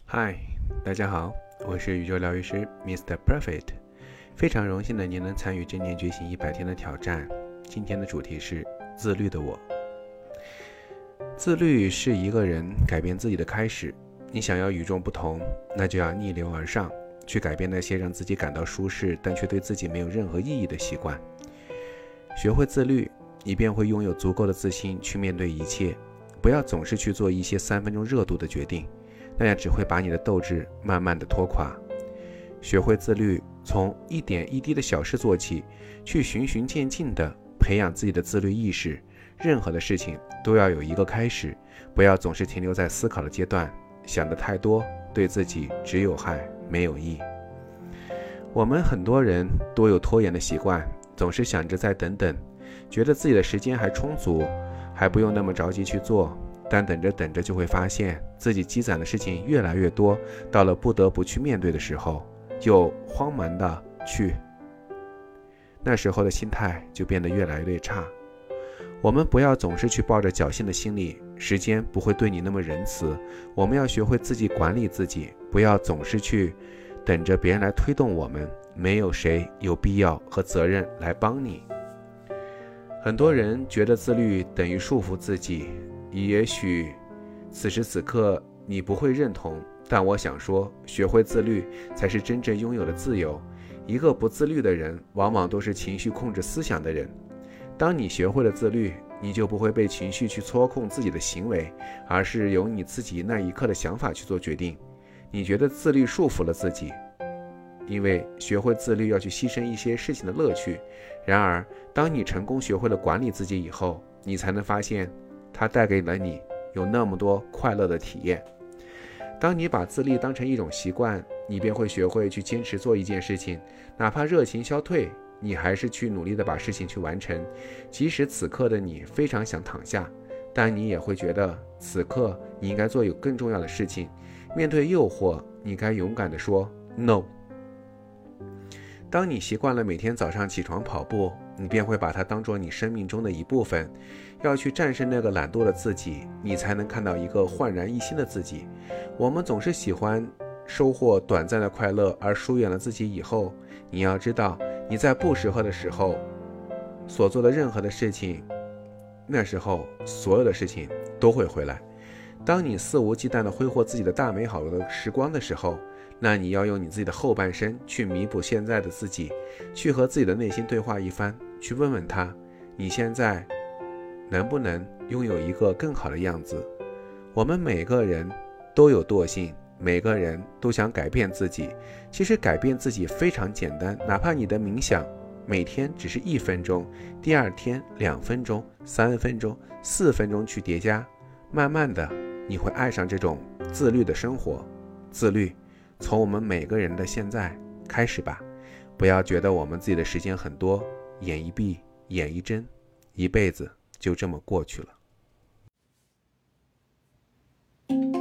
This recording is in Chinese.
嗨，大家好，我是宇宙疗愈师 Mr. Perfect， 非常荣幸的您能参与正念觉醒100天的挑战。今天的主题是自律的我。自律是一个人改变自己的开始。你想要与众不同，那就要逆流而上，去改变那些让自己感到舒适但却对自己没有任何意义的习惯。学会自律，你便会拥有足够的自信去面对一切。不要总是去做一些3分钟热度的决定，那样只会把你的斗志慢慢的拖垮。学会自律，从一点一滴的小事做起，去循序渐进的培养自己的自律意识。任何的事情都要有一个开始，不要总是停留在思考的阶段，想得太多，对自己只有害没有益。我们很多人都有拖延的习惯，总是想着再等等，觉得自己的时间还充足，还不用那么着急去做，但等着等着就会发现自己积攒的事情越来越多，到了不得不去面对的时候，就慌忙的去，那时候的心态就变得越来越差。我们不要总是去抱着侥幸的心理，时间不会对你那么仁慈，我们要学会自己管理自己，不要总是去等着别人来推动我们，没有谁有必要和责任来帮你。很多人觉得自律等于束缚自己，也许此时此刻你不会认同，但我想说，学会自律才是真正拥有的自由。一个不自律的人，往往都是情绪控制思想的人。当你学会了自律，你就不会被情绪去操控自己的行为，而是由你自己那一刻的想法去做决定。你觉得自律束缚了自己，因为学会自律要去牺牲一些事情的乐趣。然而当你成功学会了管理自己以后，你才能发现它带给了你有那么多快乐的体验。当你把自律当成一种习惯，你便会学会去坚持做一件事情，哪怕热情消退，你还是去努力的把事情去完成。即使此刻的你非常想躺下，但你也会觉得此刻你应该做有更重要的事情。面对诱惑，你该勇敢地说 no。 当你习惯了每天早上起床跑步，你便会把它当作你生命中的一部分。要去战胜那个懒惰的自己，你才能看到一个焕然一新的自己。我们总是喜欢收获短暂的快乐，而疏远了自己以后，你要知道，你在不适合的时候所做的任何的事情，那时候所有的事情都会回来。当你肆无忌惮地挥霍自己的大美好的时光的时候，那你要用你自己的后半生去弥补现在的自己，去和自己的内心对话一番，去问问他，你现在能不能拥有一个更好的样子。我们每个人都有惰性，每个人都想改变自己。其实改变自己非常简单，哪怕你的冥想每天只是1分钟，第二天2分钟、3分钟、4分钟去叠加，慢慢的你会爱上这种自律的生活。自律从我们每个人的现在开始吧，不要觉得我们自己的时间很多，眼一闭眼一睁，一辈子就这么过去了。